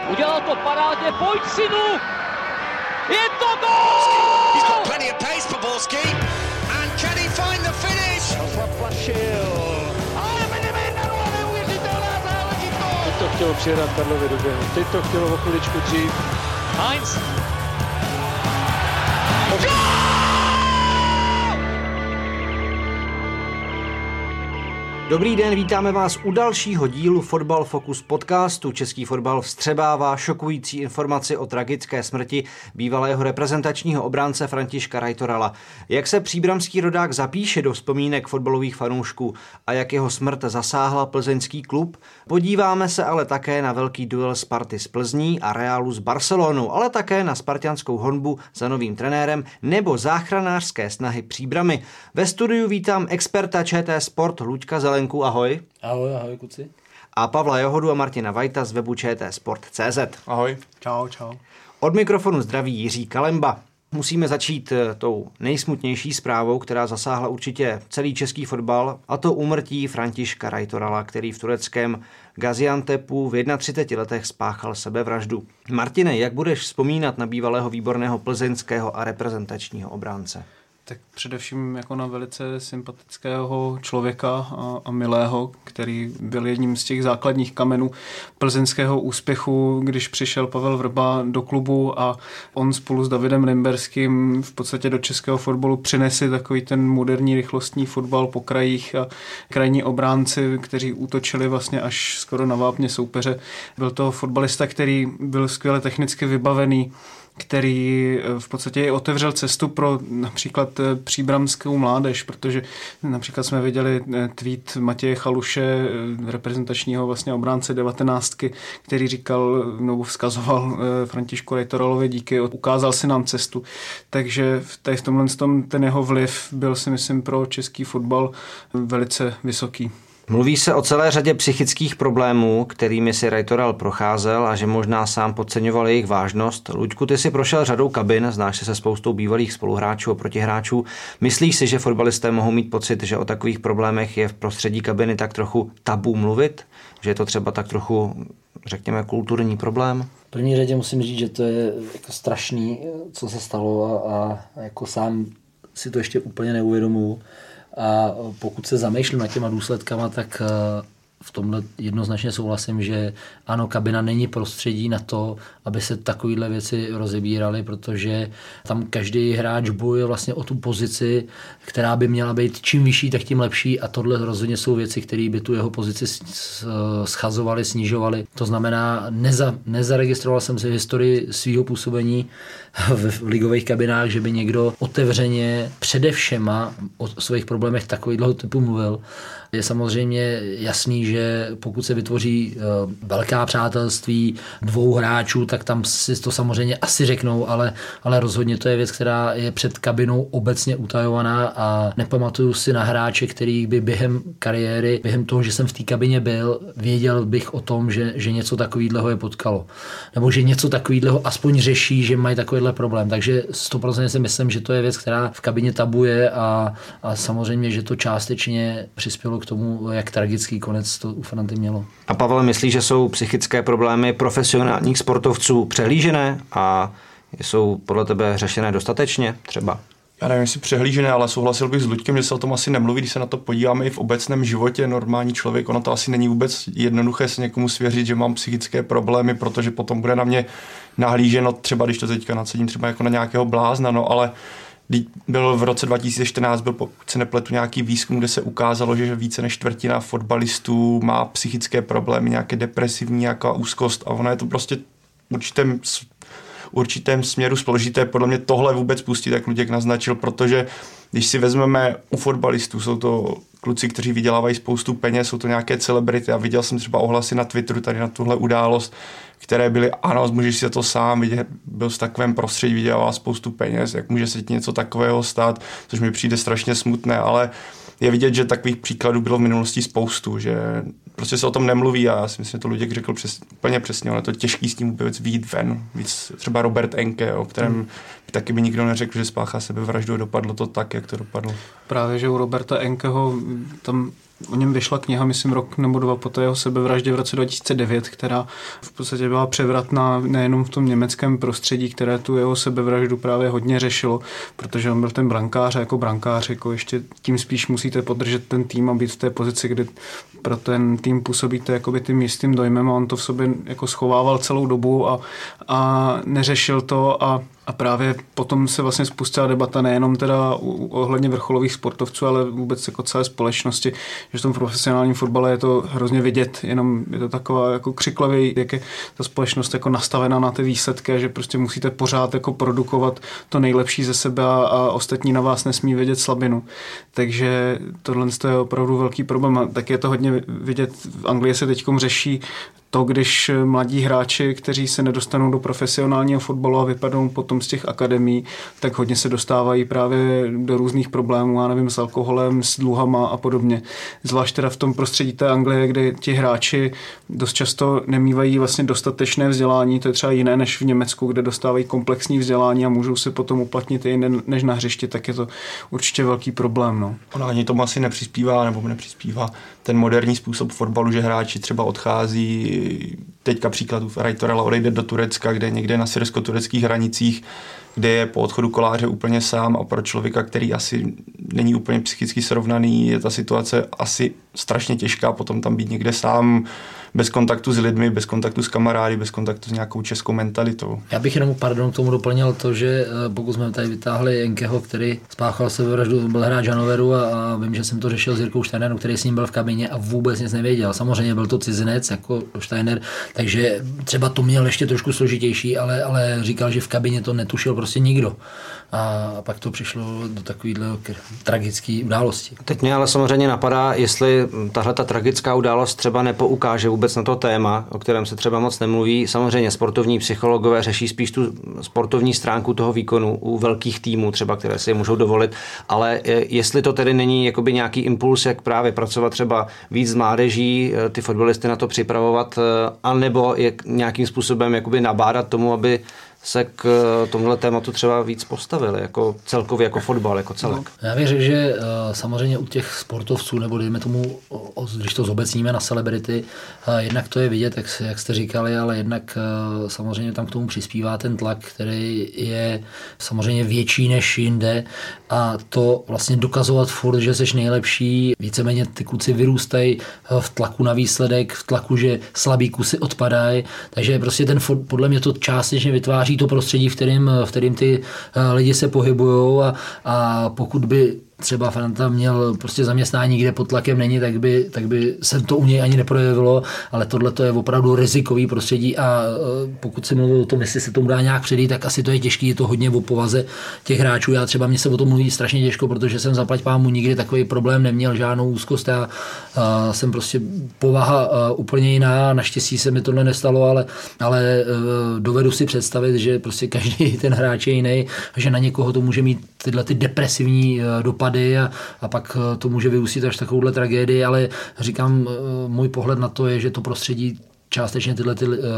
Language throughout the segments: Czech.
Udělal to parádně, pojď synu! Je to gól! He's got plenty of pace for Borski. And can he find the finish? Zaplašil. Ale Benjamin neuvěřitelná záležitost! Teď to chtělo přijedat Karlovi do běhu. Teď to chtělo o chviličku dřív. Heinz. Dobrý den, vítáme vás u dalšího dílu Fotbal Focus podcastu. Český fotbal vstřebává šokující informaci o tragické smrti bývalého reprezentačního obránce Františka Reitorala. Jak se příbramský rodák zapíše do vzpomínek fotbalových fanoušků a jak jeho smrt zasáhla plzeňský klub? Podíváme se ale také na velký duel Sparty s Plzní a Realu s Barcelonou, ale také na spartianskou honbu za novým trenérem nebo záchranářské snahy Příbramy. Ve studiu vítám experta ČT Sport Luďka Zelenku, ahoj. Ahoj kluci. A Pavla Johodu a Martina Vajta z webu čtsport.cz. Ahoj. Čau. Od mikrofonu zdraví Jiří Kalemba. Musíme začít tou nejsmutnější zprávou, která zasáhla určitě celý český fotbal, a to úmrtí Františka Reitorala, který v tureckém Gaziantepu v 31 letech spáchal sebevraždu. Martine, jak budeš vzpomínat na bývalého výborného plzeňského a reprezentačního obránce? Tak především jako na velice sympatického člověka a milého, který byl jedním z těch základních kamenů plzeňského úspěchu, když přišel Pavel Vrba do klubu a on spolu s Davidem Limberským v podstatě do českého fotbalu přinesli takový ten moderní rychlostní fotbal po krajích a krajní obránci, kteří útočili vlastně až skoro na vápně soupeře. Byl to fotbalista, který byl skvěle technicky vybavený, který v podstatě i otevřel cestu pro například příbramskou mládež, protože například jsme viděli tweet Matěje Chaluše, reprezentačního vlastně obránce 19, který říkal, nebo vzkazoval Františku Reitoralovi díky, ukázal si nám cestu. Takže v tomhle ten jeho vliv byl, si myslím, pro český fotbal velice vysoký. Mluví se o celé řadě psychických problémů, kterými si Reitoral procházel a že možná sám podceňoval jejich vážnost. Luďku, ty si prošel řadou kabin, znáš se spoustou bývalých spoluhráčů a protihráčů. Myslíš si, že fotbalisté mohou mít pocit, že o takových problémech je v prostředí kabiny tak trochu tabu mluvit? Že je to třeba tak trochu, řekněme, kulturní problém? V první řadě musím říct, že to je jako strašný, co se stalo a jako sám si to ještě úplně neuvědomuji. A pokud se zamýšlím nad těma důsledkama, tak v tomhle jednoznačně souhlasím, že ano, kabina není prostředí na to, aby se takovéhle věci rozebíraly, protože tam každý hráč bojuje vlastně o tu pozici, která by měla být čím vyšší, tak tím lepší, a tohle rozhodně jsou věci, které by tu jeho pozici schazovaly, snižovaly. To znamená, nezaregistroval jsem si historii svého působení v ligových kabinách, že by někdo otevřeně přede všema o svých problémech takového typu mluvil. Je samozřejmě jasný, že pokud se vytvoří velká přátelství dvou hráčů, tak tam si to samozřejmě asi řeknou, ale rozhodně to je věc, která je před kabinou obecně utajovaná a nepamatuju si na hráče, který by během kariéry, během toho, že jsem v té kabině byl, věděl bych o tom, že něco takového je potkalo. Nebo že něco takového aspoň řeší, že mají takovýhle problém. Takže 100% si myslím, že to je věc, která v kabině tabuje a samozřejmě, že to částečně přispělo k tomu, jak tragický konec to u Franty mělo. A Pavel, myslí, že jsou psychické problémy profesionálních sportovců přehlížené a jsou podle tebe řešené dostatečně třeba? Já nevím, jestli přehlížené, ale souhlasil bych s Luďkem, že se o tom asi nemluví, když se na to podíváme i v obecném životě. Normální člověk, ono to asi není vůbec jednoduché se někomu svěřit, že mám psychické problémy, protože potom bude na mě nahlíženo, třeba když to teďka nacedím, třeba jako na nějakého blázna, no ale byl v roce 2014, pokud se nepletu, nějaký výzkum, kde se ukázalo, že více než čtvrtina fotbalistů má psychické problémy, nějaké depresivní, nějaká úzkost, a ono je to prostě určitém směru složité podle mě tohle vůbec pustit, jak Luděk naznačil, protože když si vezmeme u fotbalistů, jsou to kluci, kteří vydělávají spoustu peněz, jsou to nějaké celebrity, a viděl jsem třeba ohlasy na Twitteru tady na tuhle událost, které byly, ano, můžeš si to sám, byl v takovém prostředí, vydělával spoustu peněz, jak může se ti něco takového stát, což mi přijde strašně smutné, ale je vidět, že takových příkladů bylo v minulosti spoustu, že prostě se o tom nemluví, a já si myslím, že to Luděk řekl úplně přesně, ale je to těžký s tím vůbec vyjít ven. Víc třeba Robert Enke, o kterém taky by nikdo neřekl, že spáchá sebevraždu, dopadlo to tak, jak to dopadlo. Právě, že u Roberta Enkeho tam o něm vyšla kniha, myslím, rok nebo 2 po té jeho sebevraždě v roce 2009, která v podstatě byla převratná nejenom v tom německém prostředí, které tu jeho sebevraždu právě hodně řešilo, protože on byl ten brankář a jako brankář jako ještě tím spíš musíte podržet ten tým a být v té pozici, kdy pro ten tým působíte jakoby tím jistým dojmem a on to v sobě jako schovával celou dobu a neřešil to a právě potom se vlastně spustila debata nejenom teda ohledně vrcholových sportovců, ale vůbec jako celé společnosti, že v tom profesionálním fotbale je to hrozně vidět, jenom je to taková jako křiklavě, jak je ta společnost jako nastavená na ty výsledky a že prostě musíte pořád jako produkovat to nejlepší ze sebe a ostatní na vás nesmí vidět slabinu. Takže tohle je opravdu velký problém a tak je to hodně vidět. V Anglii se teďkom řeší to, když mladí hráči, kteří se nedostanou do profesionálního fotbalu a vypadnou potom z těch akademií, tak hodně se dostávají právě do různých problémů, já nevím, s alkoholem, s dluhama a podobně. Zvlášť teda v tom prostředí té Anglie, kde ti hráči dost často nemývají vlastně dostatečné vzdělání, to je třeba jiné než v Německu, kde dostávají komplexní vzdělání a můžou se potom uplatnit i jinde než na hřišti, tak je to určitě velký problém. No. Ono ani tomu asi nepřispívá ten moderní způsob fotbalu, že hráči třeba odchází. Teďka příklad Rajtorela odejde do Turecka, kde někde na syrsko-tureckých hranicích, kde je po odchodu Koláře úplně sám a pro člověka, který asi není úplně psychicky srovnaný, je ta situace asi strašně těžká potom tam být někde sám, bez kontaktu s lidmi, bez kontaktu s kamarády, bez kontaktu s nějakou českou mentalitou. Já bych jenom, k tomu doplnil to, že pokud jsme tady vytáhli Enkeho, který spáchal sebevraždu, byl hráč Hannoveru a vím, že jsem to řešil s Jirkou Steinerem, který s ním byl v kabině a vůbec nic nevěděl. Samozřejmě byl to cizinec jako Steiner, takže třeba to měl ještě trošku složitější, ale říkal, že v kabině to netušil prostě nikdo. A pak to přišlo do takovýhle tragické události. Teď mě ale samozřejmě napadá, jestli tahle ta tragická událost třeba nepoukáže vůbec na to téma, o kterém se třeba moc nemluví. Samozřejmě sportovní psychologové řeší spíš tu sportovní stránku toho výkonu u velkých týmů třeba, které si je můžou dovolit, ale jestli to tedy není jakoby nějaký impuls, jak právě pracovat třeba víc s mládeží, ty fotbalisty na to připravovat, anebo je nějakým způsobem jakoby nabádat tomu, aby se k tomuhle tématu třeba víc postavili, jako celkově, jako fotbal, jako celek. Já bych řekl, že samozřejmě u těch sportovců, nebo dejme tomu, když to zobecníme na celebrity, jednak to je vidět, jak jste říkali, ale jednak samozřejmě tam k tomu přispívá ten tlak, který je samozřejmě větší než jinde a to vlastně dokazovat furt, že jsi nejlepší, víceméně ty kluci vyrůstají v tlaku na výsledek, v tlaku, že slabý kusy odpadají, takže prostě ten podle mě to částečně vytváří to prostředí, v kterým ty lidi se pohybujou a pokud by třeba Franta měl prostě zaměstnání, kde pod tlakem není, tak by se to u něj ani neprojevilo, ale tohle to je opravdu rizikový prostředí a pokud se mluví o tom, jestli se tomu dá nějak předejít, tak asi to je těžký, je to hodně o povaze těch hráčů. Mně se o tom mluví strašně těžko, protože jsem zaplať pámu nikdy takový problém neměl, žádnou úzkost. Já jsem prostě povaha úplně jiná, naštěstí se mi tohle nestalo, ale dovedu si představit, že prostě každý ten hráč je jiný a že na někoho to může mít tyhle ty depresivní dopady a pak to může vyústit až takovouhle tragédii, ale říkám, můj pohled na to je, že to prostředí částečně tyhle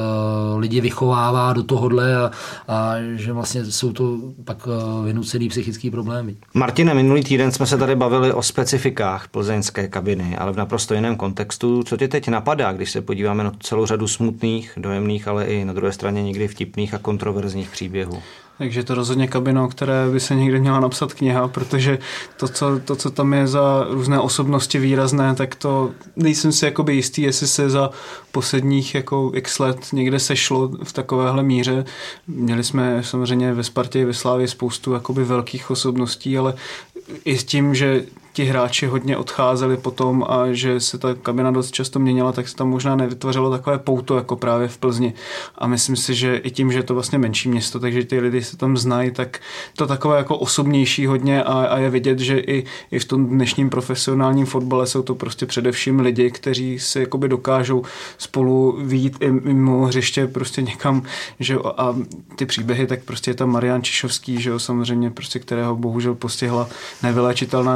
lidi vychovává do tohohle a že vlastně jsou to pak vynucený psychický problémy. Martine, minulý týden jsme se tady bavili o specifikách plzeňské kabiny, ale v naprosto jiném kontextu. Co tě teď napadá, když se podíváme na celou řadu smutných, dojemných, ale i na druhé straně někdy vtipných a kontroverzních příběhů? Takže to rozhodně kabina, o které by se někde měla napsat kniha, protože to, co tam je za různé osobnosti výrazné, tak to nejsem si jakoby jistý, jestli se za posledních jako x let někde sešlo v takovéhle míře. Měli jsme samozřejmě ve Spartě i ve Slávii spoustu jakoby velkých osobností, ale i s tím, že ti hráči hodně odcházeli potom a že se ta kabina dost často měnila, tak se tam možná nevytvořilo takové pouto jako právě v Plzni. A myslím si, že i tím, že je to vlastně menší město, takže ty lidi se tam znají, tak to takové jako osobnější hodně a je vidět, že i v tom dnešním profesionálním fotbale jsou to prostě především lidi, kteří se jakoby dokážou spolu vyjít i mimo hřiště prostě někam, že a ty příběhy, tak prostě je tam Marián Čišovský, že jo, samozřejmě prostě, kterého bohužel postihla nevyléčitelná nemoc po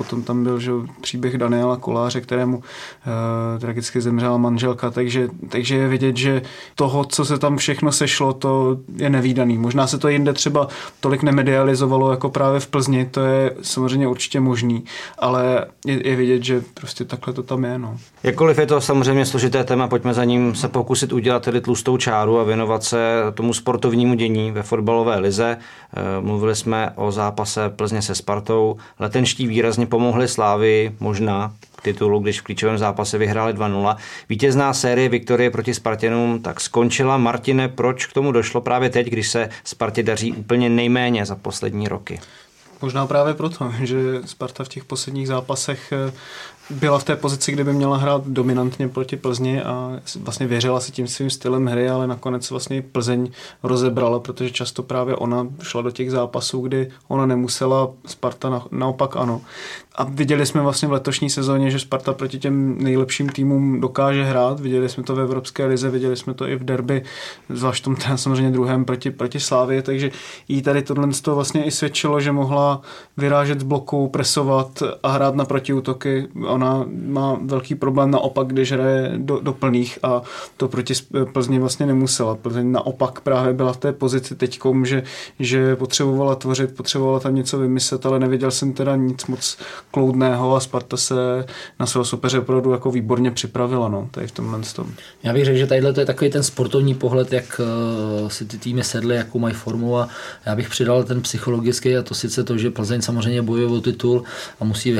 potom tam byl že, příběh Daniela Koláře, kterému tragicky zemřela manželka, takže je vidět, že toho, co se tam všechno sešlo, to je nevídaný. Možná se to jinde třeba tolik nemedializovalo jako právě v Plzni, to je samozřejmě určitě možný, ale je vidět, že prostě takhle to tam je. No. Jakkoliv je to samozřejmě složité téma, pojďme za ním se pokusit udělat tedy tlustou čáru a věnovat se tomu sportovnímu dění ve fotbalové lize. Mluvili jsme o zápase Plzně se Spartou. Letenští výrazně pomohli Slávii, možná titulu, když v klíčovém zápase vyhráli 2-0. Vítězná série Viktorie proti Spartanům tak skončila. Martine, proč k tomu došlo právě teď, když se Spartě daří úplně nejméně za poslední roky? Možná právě proto, že Sparta v těch posledních zápasech byla v té pozici, kde by měla hrát dominantně proti Plzni a vlastně věřila si tím svým stylem hry, ale nakonec vlastně Plzeň rozebrala, protože často právě ona šla do těch zápasů, kdy ona nemusela, Sparta naopak ano. A viděli jsme vlastně v letošní sezóně, že Sparta proti těm nejlepším týmům dokáže hrát. Viděli jsme to v Evropské lize, viděli jsme to i v derby, zvlášť tom samozřejmě druhém proti Slávii, takže jí tady tohle vlastně i svědčilo, že mohla vyrážet z bloku, presovat a hrát na protiútoky. Ona má velký problém naopak, když hraje do plných a to proti Plzni vlastně nemusela. Plzeň naopak právě byla v té pozici teďkom, že potřebovala tvořit, potřebovala tam něco vymyslet, ale neviděl jsem teda nic moc kloudného a Sparta se na svého soupeře opravdu jako výborně připravila, no, tady v tomhle tom. Já bych řekl, že tadyhle to je takový ten sportovní pohled, jak si ty týmy sedly, jakou mají formu a já bych přidal ten psychologický a to sice to, že Plzeň samozřejmě bojuje o titul a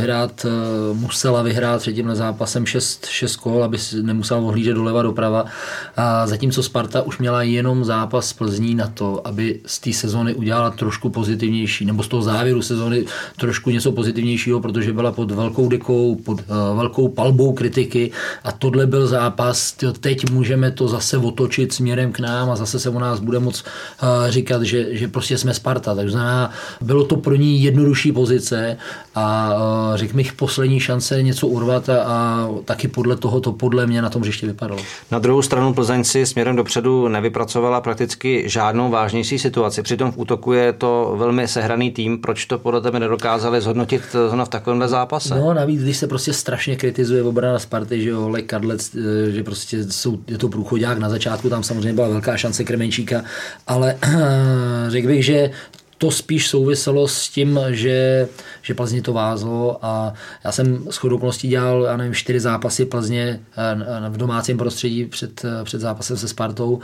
musela vyhrát před tímhle zápasem 6 kol, aby nemusela ohlížet doleva doprava a zatímco Sparta už měla jenom zápas s Plzní na to, aby z té sezóny udělala trošku pozitivnější, nebo z toho závěru sezóny trošku něco pozitivnějšího, protože byla pod velkou dekou, pod velkou palbou kritiky a tohle byl zápas, teď můžeme to zase otočit směrem k nám a zase se o nás bude moc říkat, že prostě jsme Sparta, takže bylo to pro ní jednodušší pozice a řekl bych poslední šance něco urvat a taky podle toho to podle mě na tom hřišti vypadalo. Na druhou stranu Plzeň si směrem dopředu nevypracovala prakticky žádnou vážnější situaci, přitom v útoku je to velmi sehraný tým, proč to podle tebe nedokázali zhodnotit v takovémhle zápase? No navíc, když se prostě strašně kritizuje obrana Sparty, že jo, Lek Kadlec, že prostě je to průchodák na začátku, tam samozřejmě byla velká šance Kremenčíka, ale řekl bych, že to spíš souviselo s tím, že Plzni to vázlo a já jsem shodou okolností dělal, 4 zápasy Plzně v domácím prostředí před zápasem se Spartou,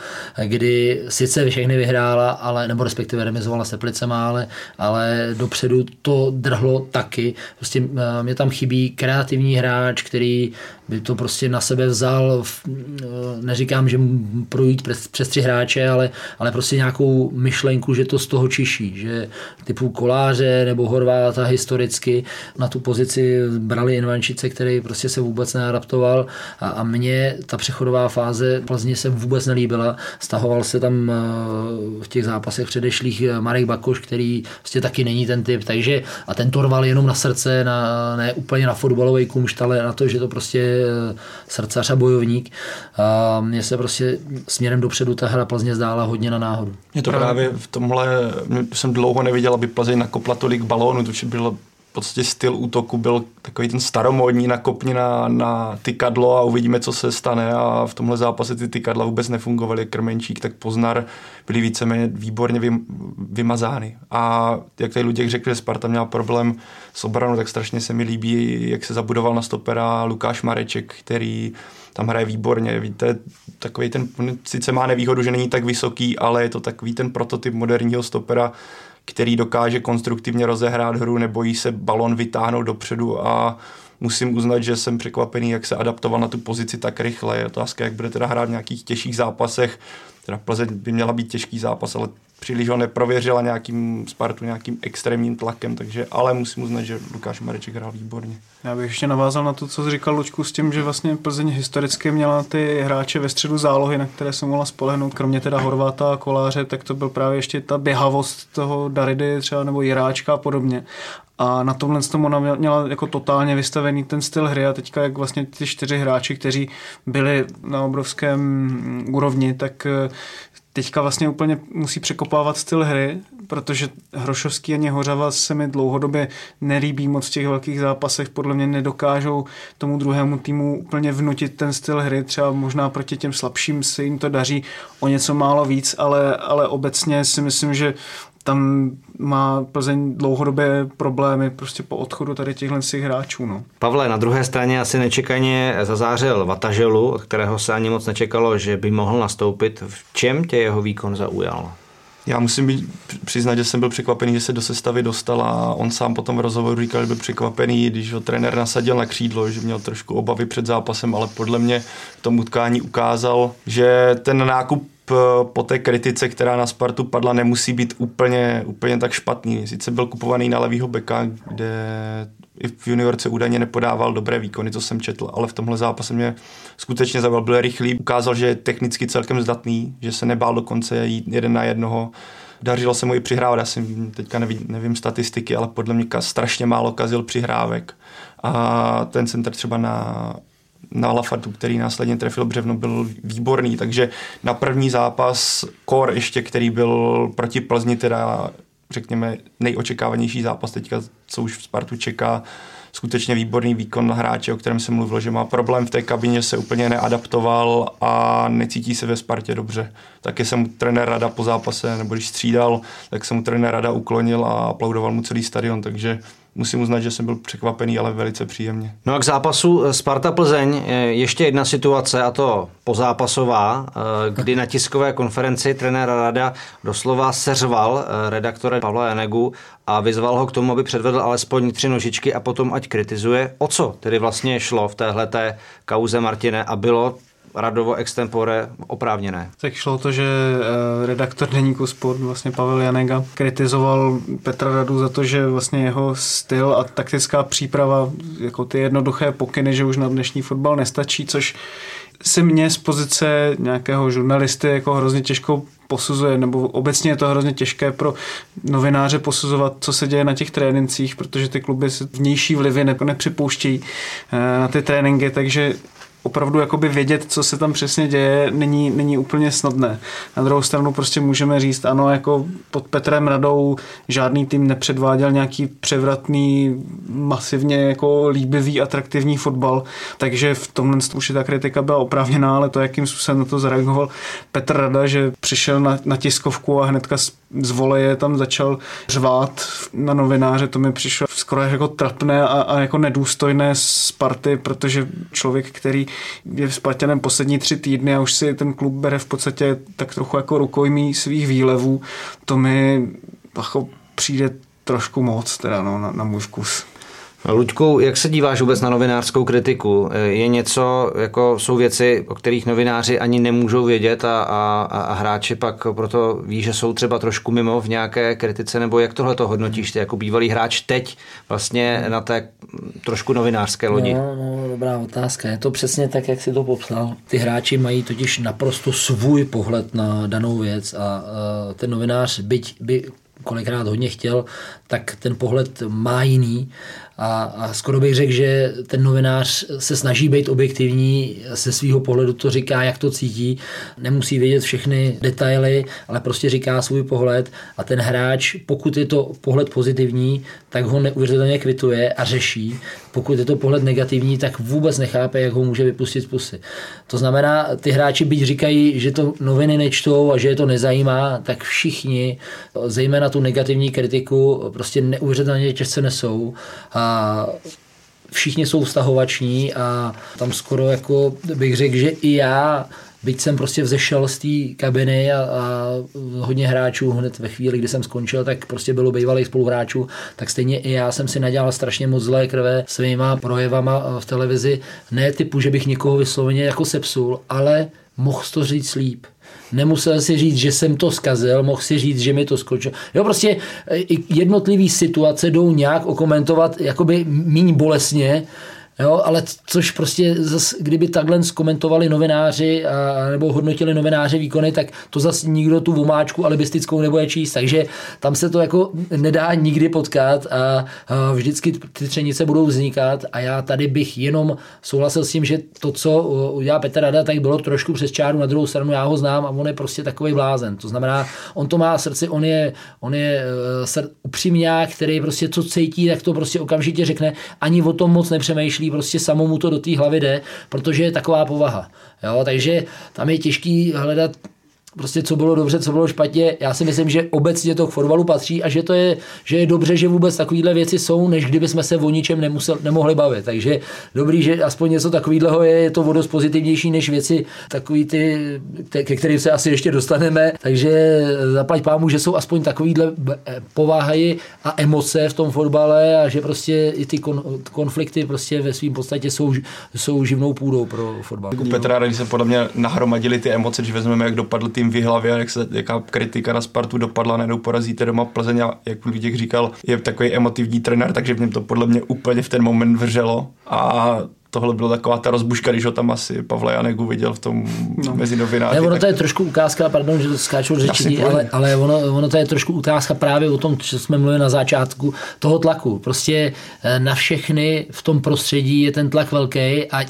kdy sice všechny vyhrála, nebo respektive remizovala s Teplicema, ale dopředu to drhlo taky. Prostě mě tam chybí kreativní hráč, který by to prostě na sebe vzal, neříkám, že projít přes 3 hráče, ale prostě nějakou myšlenku, že to z toho čiší, že typu Koláře nebo Horváta historicky na tu pozici brali Invančice, který prostě se vůbec neadaptoval a mně ta přechodová fáze Plzni se vůbec nelíbila. Stahoval se tam v těch zápasech předešlých Marek Bakoš, který prostě taky není ten typ, takže a ten to rval jenom na srdce, ne úplně na fotbalový kumšt, ale na to, že to prostě srdcař a bojovník. A mně se prostě směrem dopředu ta hra Plzně zdála hodně na náhodu. Je to právě v tomhle, jsem dlouho neviděl, aby Plzeň nakopla tolik balónů, to byl v podstatě styl útoku byl takový ten staromódní, nakopni na tykadlo a uvidíme, co se stane a v tomhle zápase ty tykadla vůbec nefungovaly. Krmenčík, tak Poznar byli víceméně výborně vymazány. A jak tady Luděk řekl, že Sparta měla problém s obranou, tak strašně se mi líbí, jak se zabudoval na stopera Lukáš Mareček, který tam hraje výborně. Víte, takový ten, sice má nevýhodu, že není tak vysoký, ale je to takový ten prototyp moderního stopera, který dokáže konstruktivně rozehrát hru, nebojí se balon vytáhnout dopředu a musím uznat, že jsem překvapený, jak se adaptoval na tu pozici tak rychle. Je otázka, jak bude teda hrát v nějakých těžších zápasech. Teda Plzeň by měla být těžký zápas, ale příliš ho neprověřila Spartu nějakým extrémním tlakem, ale musím uznat, že Lukáš Mareček hrál výborně. Já bych ještě navázal na to, co jsi říkal, Luďku, s tím, že vlastně Plzeň historicky měla ty hráče ve středu zálohy, na které se mohla spolehnout, kromě teda Horváta a Koláře, tak to byl právě ještě ta běhavost toho Daridy třeba nebo Jiráčka a podobně. A na tomhle tomu ona měla jako totálně vystavený ten styl hry a teďka jak vlastně ty 4 hráči, kteří byli na obrovském úrovni, tak teďka vlastně úplně musí překopávat styl hry, protože Hrošovský ani Hořava se mi dlouhodobě nelíbí moc v těch velkých zápasech, podle mě nedokážou tomu druhému týmu úplně vnutit ten styl hry, třeba možná proti těm slabším se jim to daří o něco málo víc, ale obecně si myslím, že tam má Plzeň dlouhodobé problémy prostě po odchodu tady těchhle hráčů. No. Pavle, na druhé straně asi nečekaně zazářil Vataželu, od kterého se ani moc nečekalo, že by mohl nastoupit. V čem tě jeho výkon zaujal? Já musím přiznat, že jsem byl překvapený, že se do sestavy dostal a on sám potom v rozhovoru říkal, že byl překvapený, když ho trenér nasadil na křídlo, že měl trošku obavy před zápasem, ale podle mě v tom utkání ukázal, že ten nákup po té kritice, která na Spartu padla, nemusí být úplně tak špatný. Sice byl kupovaný na levýho beka, kde i v juniorce údajně nepodával dobré výkony, to jsem četl, ale v tomhle zápase mě skutečně zaujal, byl rychlý, ukázal, že je technicky celkem zdatný, že se nebál dokonce jít 1 na 1. Dařilo se mu i přihrávat, já si teďka nevím statistiky, ale podle mě strašně málo kazil přihrávek. A ten center třeba na Lafartu, který následně trefil břevno, byl výborný, takže na první zápas kor ještě, který byl proti Plzni, teda řekněme nejočekávanější zápas teďka, co už v Spartu čeká, skutečně výborný výkon na hráče, o kterém jsem mluvil, že má problém v té kabině, se úplně neadaptoval a necítí se ve Spartě dobře. Taky se mu trenér Rada po zápase, nebo když střídal, tak se mu trenér Rada uklonil a aplaudoval mu celý stadion, takže musím uznat, že jsem byl překvapený, ale velice příjemně. No a k zápasu Sparta-Plzeň ještě jedna situace, a to pozápasová, kdy na tiskové konferenci trenér Rada doslova seřval redaktora Pavla Janegu a vyzval ho k tomu, aby předvedl alespoň 3 nožičky a potom ať kritizuje. O co tedy vlastně šlo v téhleté kauze Martine a bylo Radovo extempore oprávněné? Tak šlo to, že redaktor deníku Sport, vlastně Pavel Janega, kritizoval Petra Radu za to, že vlastně jeho styl a taktická příprava, jako ty jednoduché pokyny, že už na dnešní fotbal nestačí, což se mně z pozice nějakého žurnalisty jako hrozně těžko posuzuje, nebo obecně je to hrozně těžké pro novináře posuzovat, co se děje na těch trénincích, protože ty kluby vnější vlivy nepřipouštějí na ty tréninky, takže opravdu jakoby vědět, co se tam přesně děje, není úplně snadné. Na druhou stranu prostě můžeme říct, ano, jako pod Petrem Radou žádný tým nepředváděl nějaký převratný, masivně jako líbivý, atraktivní fotbal, takže v tomhle už ta kritika byla oprávněná, ale to, jakým způsobem na to zareagoval Petr Rada, že přišel na tiskovku a hnedka z voleje tam začal řvát na novináře, to mi přišlo skoro jako trapné a jako nedůstojné Sparty, protože člověk, který je v Spartanem poslední 3 týdny a už si ten klub bere v podstatě tak trochu jako rukojmí svých výlevů, to mi jako přijde trošku moc teda na můj vkus. Luďku, jak se díváš vůbec na novinářskou kritiku? Je něco, jako jsou věci, o kterých novináři ani nemůžou vědět a hráči pak proto ví, že jsou třeba trošku mimo v nějaké kritice, nebo jak tohle to hodnotíš ty jako bývalý hráč teď vlastně na té trošku novinářské lodi? No, dobrá otázka. Je to přesně tak, jak jsi to popsal. Ty hráči mají totiž naprosto svůj pohled na danou věc a ten novinář, byť by kolikrát hodně chtěl, tak ten pohled má jiný. A skoro bych řekl, že ten novinář se snaží být objektivní, ze svého pohledu to říká, jak to cítí, nemusí vědět všechny detaily, ale prostě říká svůj pohled a ten hráč, pokud je to pohled pozitivní, tak ho neuvěřitelně kvituje a řeší. Pokud je to pohled negativní, tak vůbec nechápe, jak ho může vypustit z pusy. To znamená, ty hráči byť říkají, že to noviny nečtou a že je to nezajímá, tak všichni, zejména tu negativní kritiku, prostě neuvěřitelně těžce nesou. A všichni jsou vztahovační a tam skoro jako bych řekl, že i já, byť jsem prostě vzešel z té kabiny a hodně hráčů hned ve chvíli, kdy jsem skončil, tak prostě bylo bývalých spoluhráčů, tak stejně i já jsem si nadělal strašně moc zlé krve svýma projevama v televizi. Ne typu, že bych někoho vysloveně jako sepsul, ale mohl to říct líp. Nemusel si říct, že jsem to zkazil, mohl si říct, že mi to skočilo. Jo, prostě jednotlivý situace jdou nějak okomentovat jakoby míň bolesně, Jo, ale což prostě zas, kdyby takhle zkomentovali novináři nebo hodnotili novináři výkony, tak to zase nikdo tu vomáčku alibistickou nebude číst, takže tam se to jako nedá nikdy potkat a vždycky ty třenice budou vznikat a já tady bych jenom souhlasil s tím, že to, co udělá Petr Rada, tak bylo trošku přes čáru, na druhou stranu já ho znám a on je prostě takový blázen. To znamená, on to má v srdci, on je upřímňák, který prostě co cítí, tak to prostě okamžitě řekne, ani o tom moc nepřemýšlí, prostě samo mu to do té hlavy jde, protože je taková povaha. Jo, takže tam je těžký hledat prostě co bylo dobře, co bylo špatně. Já si myslím, že obecně to k fotbalu patří a že je dobře, že vůbec takovéhle věci jsou, než kdyby jsme se o ničem nemohli bavit. Takže dobrý, že aspoň něco takového je to o dost pozitivnější než věci takový ty, ke kterým se asi ještě dostaneme. Takže zaplať pámu, že jsou aspoň takovýhle povahy a emoce v tom fotbale a že prostě i ty konflikty prostě ve svým podstatě jsou živnou půdou pro fotbal. Jako Petra Rady se podle mě nahromadili ty emoce, když vezmeme, jak dopadl tým v Jihlavě, jaká kritika na Spartu dopadla, najednou porazíte doma Plzeň a jak Luděk říkal, je takový emotivní trenér, takže v něm to podle mě úplně v ten moment vrželo a tohle bylo taková ta rozbuška, když ho tam asi Pavle Janek uviděl v tom mezi novináři. Ono to je trošku ukázka, pardon, že skáču řečí, ale ono to je trošku ukázka právě o tom, co jsme mluvili na začátku, toho tlaku. Prostě na všechny v tom prostředí je ten tlak velký a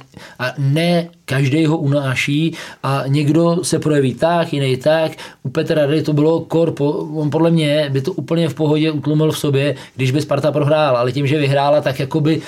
ne každý ho unáší a někdo se projeví tak, jiný tak. U Petra Rady to bylo on podle mě by to úplně v pohodě utlumil v sobě, když by Sparta prohrála, ale tím, že vyhrála, tak jakoby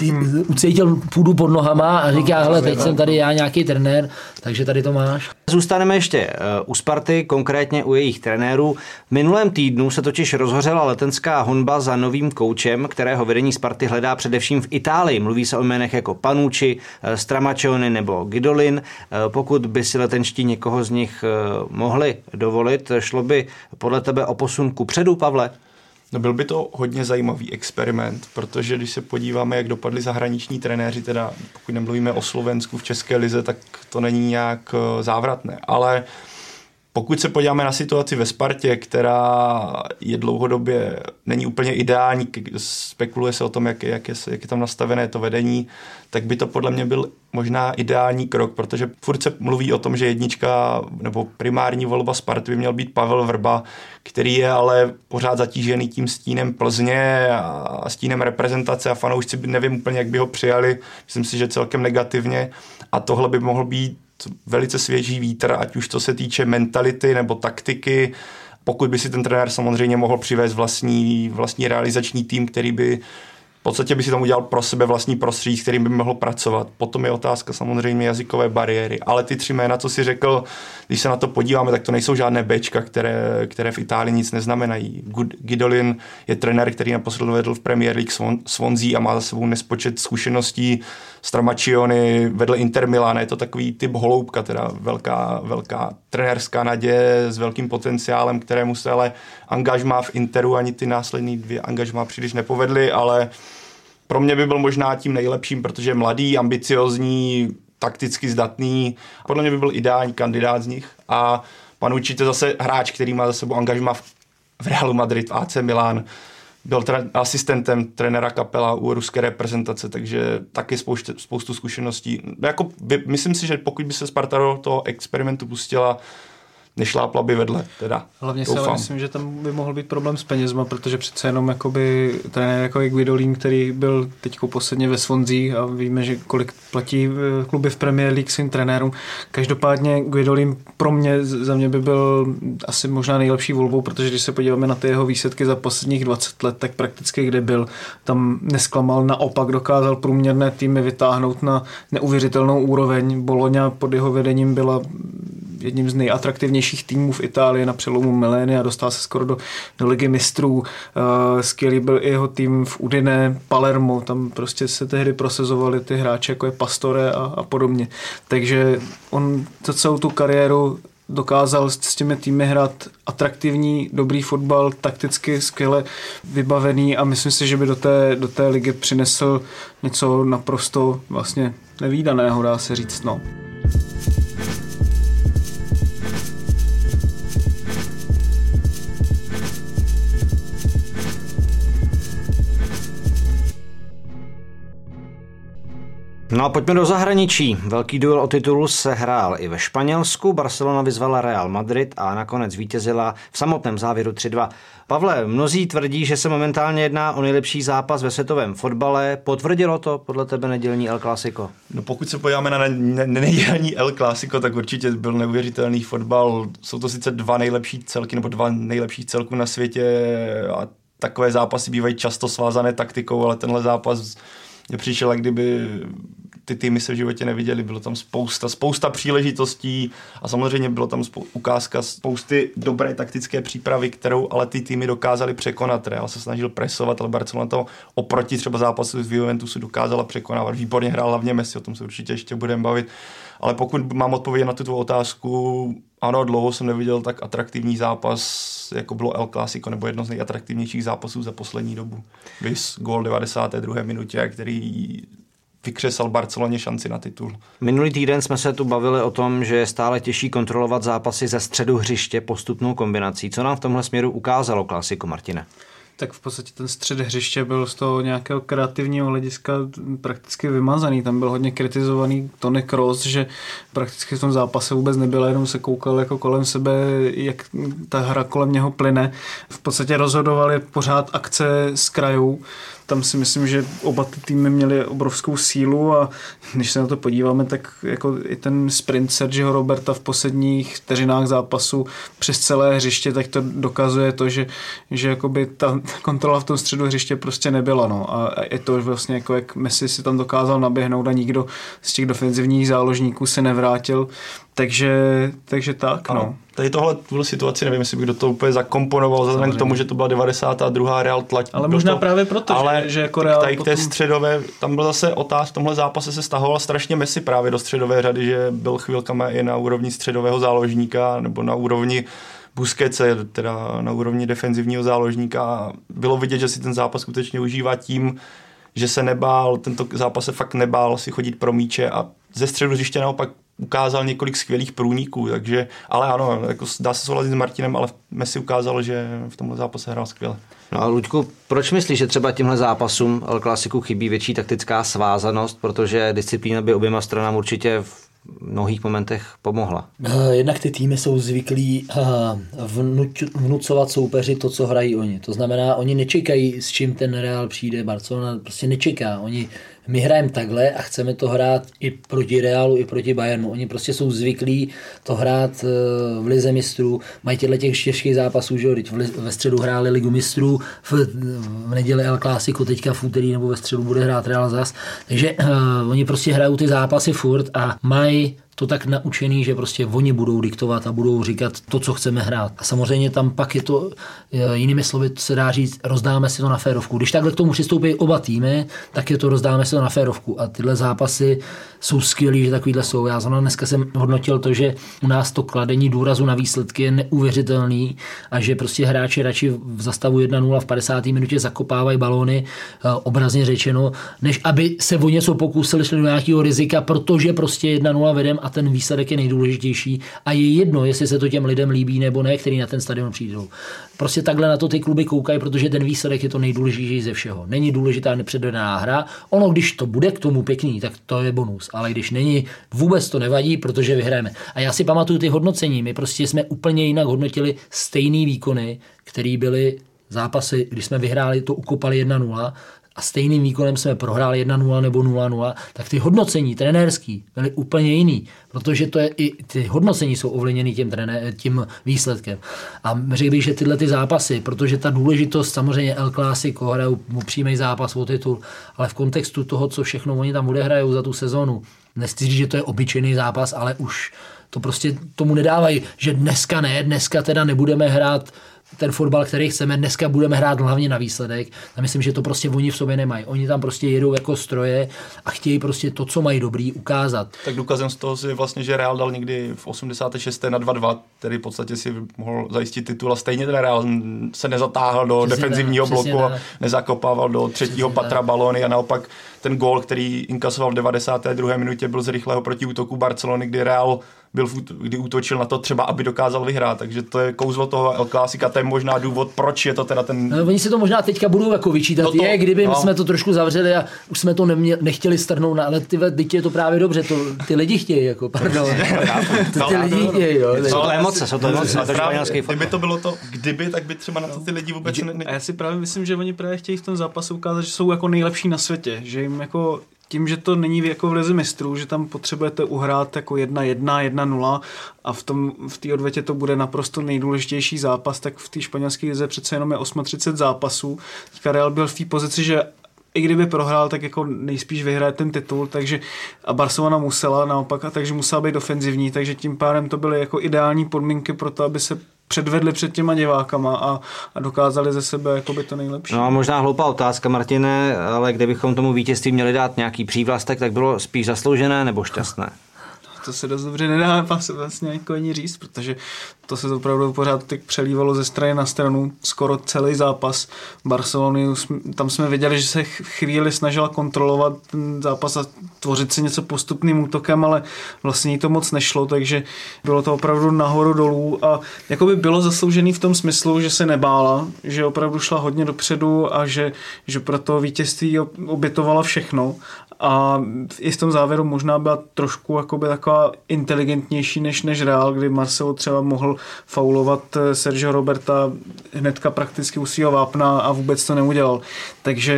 ucítil půdu pod nohama a říká, hele, teď jsem tady já nějaký trenér, takže tady to máš. Zůstaneme ještě u Sparty, konkrétně u jejich trenérů. V minulém týdnu se totiž rozhořela letenská honba za novým koučem, kterého vedení Sparty hledá především v Itálii. Mluví se o jménech jako Panucci, Stramaccioni nebo Guidolin. Pokud by si letenští někoho z nich mohli dovolit, šlo by podle tebe o posun kupředu, Pavle? No byl by to hodně zajímavý experiment, protože když se podíváme, jak dopadli zahraniční trenéři, teda pokud nemluvíme o Slovensku v České lize, tak to není nějak závratné, ale pokud se podíváme na situaci ve Spartě, která je dlouhodobě, není úplně ideální, spekuluje se o tom, jak je tam nastavené to vedení, tak by to podle mě byl možná ideální krok, protože furt se mluví o tom, že jednička nebo primární volba Sparty by měl být Pavel Vrba, který je ale pořád zatížený tím stínem Plzně a stínem reprezentace a fanoušci nevím úplně, jak by ho přijali, myslím si, že celkem negativně a tohle by mohl být velice svěží vítr, ať už co se týče mentality nebo taktiky, pokud by si ten trenér samozřejmě mohl přivést vlastní realizační tým, který by v podstatě by si tam udělal pro sebe vlastní prostředí, s kterým by mohl pracovat. Potom je otázka samozřejmě jazykové bariéry. Ale ty 3 jména, co si řekl, když se na to podíváme, tak to nejsou žádné Bčka, které v Itálii nic neznamenají. Guidolin je trenér, který naposled vedl v Premier League Swansea a má za sebou nespočet zkušeností. Stramaccioni vedl Inter Milan, je to takový typ holoubka, teda velká trenérská naděje s velkým potenciálem, kterému se ale angažmá v Interu ani ty následní 2 angažmá příliš nepovedly, ale pro mě by byl možná tím nejlepším, protože je mladý, ambiciozní, takticky zdatný. Podle mě by byl ideální kandidát z nich. A Panucci je zase hráč, který má za sebou angažmá v Realu Madrid, v AC Milan. Byl asistentem trenéra Kapela u ruské reprezentace, takže taky spoustu zkušeností. Myslím si, že pokud by se Sparta do toho experimentu pustila, nešlápla by vedle, teda. Hlavně si ale myslím, že tam by mohl být problém s penězma, protože přece jenom jakoby trenér jako Guidolin, který byl teďko posledně ve Swansea a víme, že kolik platí kluby v Premier League svým trenérům. Každopádně Guidolin za mě by byl asi možná nejlepší volbou, protože když se podíváme na ty jeho výsledky za posledních 20 let, tak prakticky kde byl, tam nesklamal, naopak dokázal průměrné týmy vytáhnout na neuvěřitelnou úroveň. Bologna pod jeho vedením byla jedním z nejatraktivnějších týmů v Itálii na přelomu milénia, dostal se skoro do Ligy mistrů. Skvělý byl i jeho tým v Udine, Palermo, tam prostě se tehdy prosazovali ty hráči, jako je Pastore a podobně. Takže on celou tu kariéru dokázal s těmi týmy hrát atraktivní, dobrý fotbal, takticky skvěle vybavený a myslím si, že by do té ligy přinesl něco naprosto vlastně nevídaného, dá se říct. No. No a pojďme do zahraničí. Velký duel o titul se hrál i ve Španělsku. Barcelona vyzvala Real Madrid a nakonec zvítězila v samotném závěru 3-2. Pavle, mnozí tvrdí, že se momentálně jedná o nejlepší zápas ve světovém fotbale. Potvrdilo to podle tebe nedělní El Clásico? No pokud se podíváme na nedělní El Clásico, tak určitě byl neuvěřitelný fotbal. Jsou to sice dva nejlepší celky nebo dva nejlepší celků na světě a takové zápasy bývají často svázané taktikou, ale tenhle zápas mě přišel, jak kdyby ty týmy se v životě neviděli. Bylo tam spousta příležitostí a samozřejmě bylo tam ukázka spousty dobré taktické přípravy, kterou ale ty týmy dokázaly překonat. Real se snažil presovat, ale Barcelona to oproti třeba zápasu z Juventusu dokázala překonávat. Výborně hrál hlavně Messi, o tom se určitě ještě budeme bavit. Ale pokud mám odpovědět na tuto otázku, ano, dlouho jsem neviděl tak atraktivní zápas, jako bylo El Clásico, nebo jedno z nejatraktivnějších zápasů za poslední dobu. Viz gól 92. minutě, který vykřesal Barceloně šanci na titul. Minulý týden jsme se tu bavili o tom, že je stále těžší kontrolovat zápasy ze středu hřiště postupnou kombinací. Co nám v tomhle směru ukázalo Clásico, Martine? Tak v podstatě ten střed hřiště byl z toho nějakého kreativního hlediska prakticky vymazaný. Tam byl hodně kritizovaný Toni Kroos, že prakticky v tom zápase vůbec nebyl, jenom se koukal jako kolem sebe, jak ta hra kolem něho plyne. V podstatě rozhodovali pořád akce z krajů. Tam si myslím, že oba ty týmy měly obrovskou sílu a když se na to podíváme, tak jako i ten sprint Sergio Roberta v posledních vteřinách zápasu přes celé hřiště, tak to dokazuje to, že jakoby ta kontrola v tom středu hřiště prostě nebyla. No. A je to vlastně jako jak Messi si tam dokázal naběhnout a nikdo z těch defenzivních záložníků se nevrátil. Takže tak, no. Tady tuhle situaci nevím, jestli bych do toho úplně zakomponoval, vzhledem k tomu, že to byla 92. Real tlačí. Ale možná právě proto, že jako Real tady k té středové, tam byl zase v tomhle zápase se stahoval strašně Messi právě do středové řady, že byl chvílkama i na úrovni středového záložníka nebo na úrovni Busquetse, teda na úrovni defenzivního záložníka. Bylo vidět, že si ten zápas skutečně užívá tím, že se nebál, tento zápas se fakt nebál si chodit pro míče a ze středu hřiště naopak ukázal několik skvělých průniků, takže, ale ano, jako dá se souhlasit s Martinem, ale Messi ukázal, že v tomhle zápase hrál skvěle. No a Luďku, proč myslíš, že třeba těmhle zápasům El Clásico chybí větší taktická svázanost, protože disciplína by oběma stranám určitě v mnohých momentech pomohla? Jednak ty týmy jsou zvyklí vnucovat soupeři to, co hrají oni. To znamená, oni nečekají, s čím ten Real přijde, Barcelona prostě nečeká. My hrajeme takhle a chceme to hrát i proti Realu, i proti Bayernu. Oni prostě jsou zvyklí to hrát v lize mistrů. Mají těch těžkých zápasů, že ve středu hráli ligu mistrů, v neděli El Clásico, teďka v úterý nebo ve středu bude hrát Real zas. Takže oni prostě hrajou ty zápasy furt a mají to tak naučený, že prostě oni budou diktovat a budou říkat to, co chceme hrát. A samozřejmě tam pak je to, jinými slovy se dá říct, rozdáme si to na férovku. Když takhle k tomu přistoupí oba týmy, tak je to rozdáme si to na férovku. A tyhle zápasy jsou skvělý, že takovýhle jsou. Já zrovna dneska jsem hodnotil to, že u nás to kladení důrazu na výsledky je neuvěřitelný a že prostě hráči radši v zastavu 1-0 v 50. minutě zakopávají balóny, obrazně řečeno, než aby se o něco pokusili, šli do nějakého rizika, protože prostě 1-0 vedem a ten výsledek je nejdůležitější a je jedno, jestli se to těm lidem líbí nebo ne, který na ten stadion přijdou. Prostě takhle na to ty kluby koukají, protože ten výsledek je to nejdůležitější ze všeho. Není důležitá nepředvedená hra. Ono, když to bude k tomu pěkný, tak to je bonus, ale když není, vůbec to nevadí, protože vyhrajeme. A já si pamatuju ty hodnocení, my prostě jsme úplně jinak hodnotili stejný výkony, které byly zápasy, když jsme vyhráli, to ukopali 1-0, a stejným výkonem jsme prohráli 1-0 nebo 0-0, tak ty hodnocení trenérský byly úplně jiný, protože to je i ty hodnocení jsou ovlivněny tím výsledkem. A řekl bych, že tyhle ty zápasy, protože ta důležitost, samozřejmě El Clásico, hrajou přímý zápas o titul, ale v kontextu toho, co všechno oni tam odehrajou za tu sezonu, nechci říct, že to je obyčejný zápas, ale už to prostě tomu nedávají, že dneska teda nebudeme hrát ten fotbal, který chceme, dneska budeme hrát hlavně na výsledek. A myslím, že to prostě oni v sobě nemají. Oni tam prostě jedou jako stroje a chtějí prostě to, co mají dobrý, ukázat. Tak důkazem z toho je vlastně, že Real dal někdy v 86. na 2-2, který v podstatě si mohl zajistit titul a stejně ten Real se nezatáhl do defenzivního bloku a nezakopával do třetího patra balóny a naopak ten gól, který inkasoval v 92. minutě, byl z rychlého protiútoku Barcelony, kdy Real kdy útočil na to třeba, aby dokázal vyhrát. Takže to je kouzlo toho El Clásica. to je možná důvod, proč je to teda ten... No, oni si to možná teďka budou jako vyčítat, kdyby jsme to trošku zavřeli a už jsme to nechtěli strhnout, ale teď je to právě dobře, ty lidi chtějí, jako, pardon. Ty lidi chtějí, jo. Jsou to emoce, kdyby to bylo to, tak by třeba na to ty lidi vůbec... A já si právě myslím, že oni právě chtějí v tom zápase ukázat, že jsou jako nejlepší na světě, že jim jako tím, že to není jako v lize mistrů, že tam potřebujete uhrát jako 1-1, 1-0 a v té odvetě to bude naprosto nejdůležitější zápas, tak v té španělské lize přece jenom je 38 zápasů. Teďka Real byl v té pozici, že i kdyby prohrál, tak jako nejspíš vyhraje ten titul, takže a Barcelona musela naopak, takže musela být ofenzivní, takže tím pádem to byly jako ideální podmínky pro to, aby se předvedli před těma divákama a dokázali ze sebe jakoby to nejlepší. No a možná hloupá otázka, Martine, ale kdybychom tomu vítězství měli dát nějaký přívlastek, tak bylo spíš zasloužené nebo šťastné? To se dost dobře nedá vlastně jako ani říct, protože to se opravdu pořád tak přelívalo ze strany na stranu, skoro celý zápas Barcelony, tam jsme viděli, že se chvíli snažila kontrolovat ten zápas a tvořit si něco postupným útokem, ale vlastně jí to moc nešlo, takže bylo to opravdu nahoru dolů a jakoby bylo zasloužený v tom smyslu, že se nebála, že opravdu šla hodně dopředu a že pro to vítězství obětovala všechno. A i v tom závěru možná byla trošku jakoby taková inteligentnější než Real, kdy Marcelo třeba mohl faulovat Sergio Roberta hnedka prakticky u svého vápna a vůbec to neudělal. Takže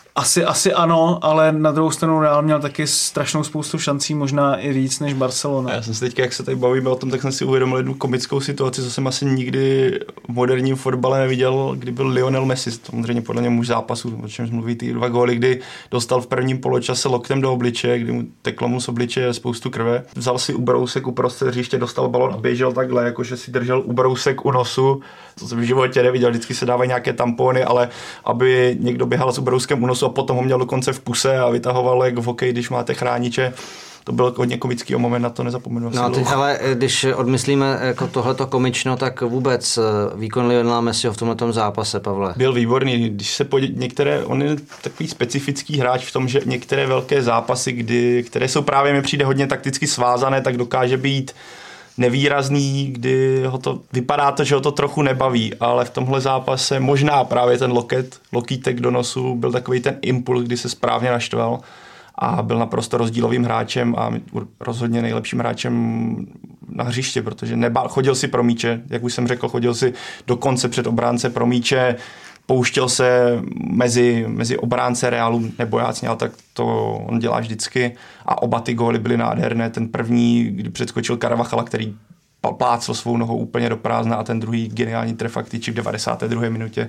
asi ano, ale na druhou stranu Real měl taky strašnou spoustu šancí, možná i víc než Barcelona. Já jsem si teďka, jak se tady bavíme o tom, tak jsem si uvědomil jednu komickou situaci, co jsem asi nikdy v moderním fotbale neviděl, kdy byl Lionel Messi, samozřejmě podle něj muž zápasu, o čem mluví ty 2 góly, kdy dostal v prvním poločase loktem do obličeje, kdy mu teklo mu z obličeje spoustu krve. Vzal si ubrousek uprostřed hřiště, dostal balon a běžel takhle, jakože si držel ubrousek u nosu. To jsem v životě neviděl, vždycky se dávají nějaké tampony, ale aby někdo běhal s ubrouskem u nosu a potom ho měl dokonce v puse a vytahoval jak v hokeji, když máte chrániče. To byl hodně komický moment, na to nezapomenu. No teď, ale když odmyslíme jako tohleto komično, tak vůbec výkon Lionela Messiho v tomhletom zápase, Pavle? Byl výborný. Když se on je takový specifický hráč v tom, že některé velké zápasy, které jsou právě mi přijde hodně takticky svázané, tak dokáže být nevýrazný, kdy vypadá to, že ho to trochu nebaví, ale v tomhle zápase možná právě ten lokítek do nosu byl takový ten impuls, kdy se správně naštval a byl naprosto rozdílovým hráčem a rozhodně nejlepším hráčem na hřiště, protože chodil si pro míče, jak už jsem řekl, chodil si dokonce před obránce pro míče, pouštěl se mezi obránce Realu nebojácně, ale tak to on dělá vždycky a oba ty góly byly nádherné. Ten první, kdy předskočil Carvajala, který plácl svou nohou úplně do prázdna a ten druhý geniální tref Tyči v 92. minutě.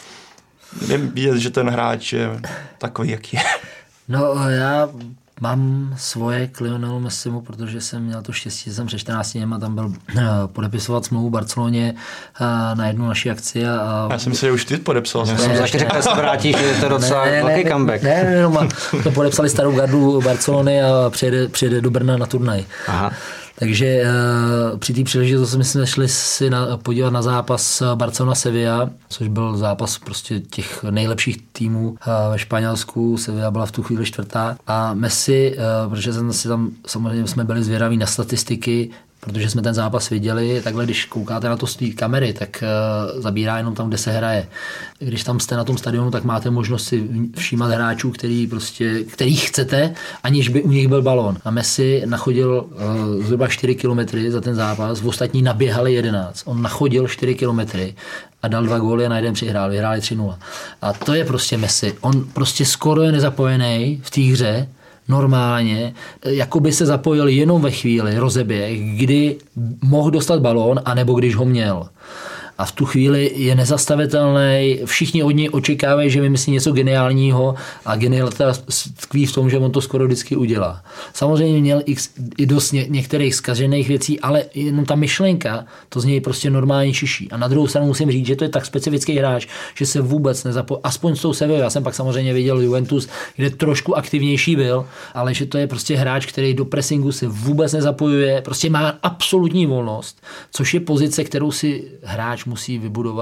Vím vidět, že ten hráč je takový, jaký je. No já mám svoje k Lionelu Messimu, protože jsem měl to štěstí, že jsem před 14 dněma tam byl podepisovat smlouvu v Barceloně na jednu naši akci. Já jsem myslel, že už ty podepsal. Já jsem taky řekl, že se vrátíš, že je to docela velký comeback. Ne, to podepsali starou gardu Barcelony a přijede do Brna na turnaj. Aha. Takže při té příležitosti jsme šli si podívat na zápas Barcelona-Sevilla, což byl zápas prostě těch nejlepších týmů ve Španělsku. Sevilla byla v tu chvíli 4. A Messi, protože samozřejmě jsme byli zvědaví na statistiky, protože jsme ten zápas viděli, takhle když koukáte na to z té kamery, tak zabírá jenom tam, kde se hraje. Když tam jste na tom stadionu, tak máte možnost si všímat hráčů, který chcete, aniž by u nich byl balón. A Messi nachodil zhruba 4 kilometry za ten zápas, v ostatní naběhali 11. On nachodil 4 kilometry a dal 2 góly a na jeden přihrál. Vyhráli 3-0. A to je prostě Messi. On prostě skoro je nezapojený v té hře, normálně, jako by se zapojil jenom ve chvíli rozeběh, kdy mohl dostat balón, anebo když ho měl. A v tu chvíli je nezastavitelný, všichni od něj očekávají, že vymyslí něco geniálního a genialita tkví v tom, že on to skoro vždycky udělá. Samozřejmě měl i dost některých zkažených věcí, ale jenom ta myšlenka to z něj prostě normálně čiší. A na druhou stranu musím říct, že to je tak specifický hráč, že se vůbec nezapojí, aspoň s tou Sevillou. Já jsem pak samozřejmě viděl Juventus, kde trošku aktivnější byl, ale že to je prostě hráč, který do pressingu se vůbec nezapojuje, prostě má absolutní volnost, což je pozice, kterou si hráč musí vybudovat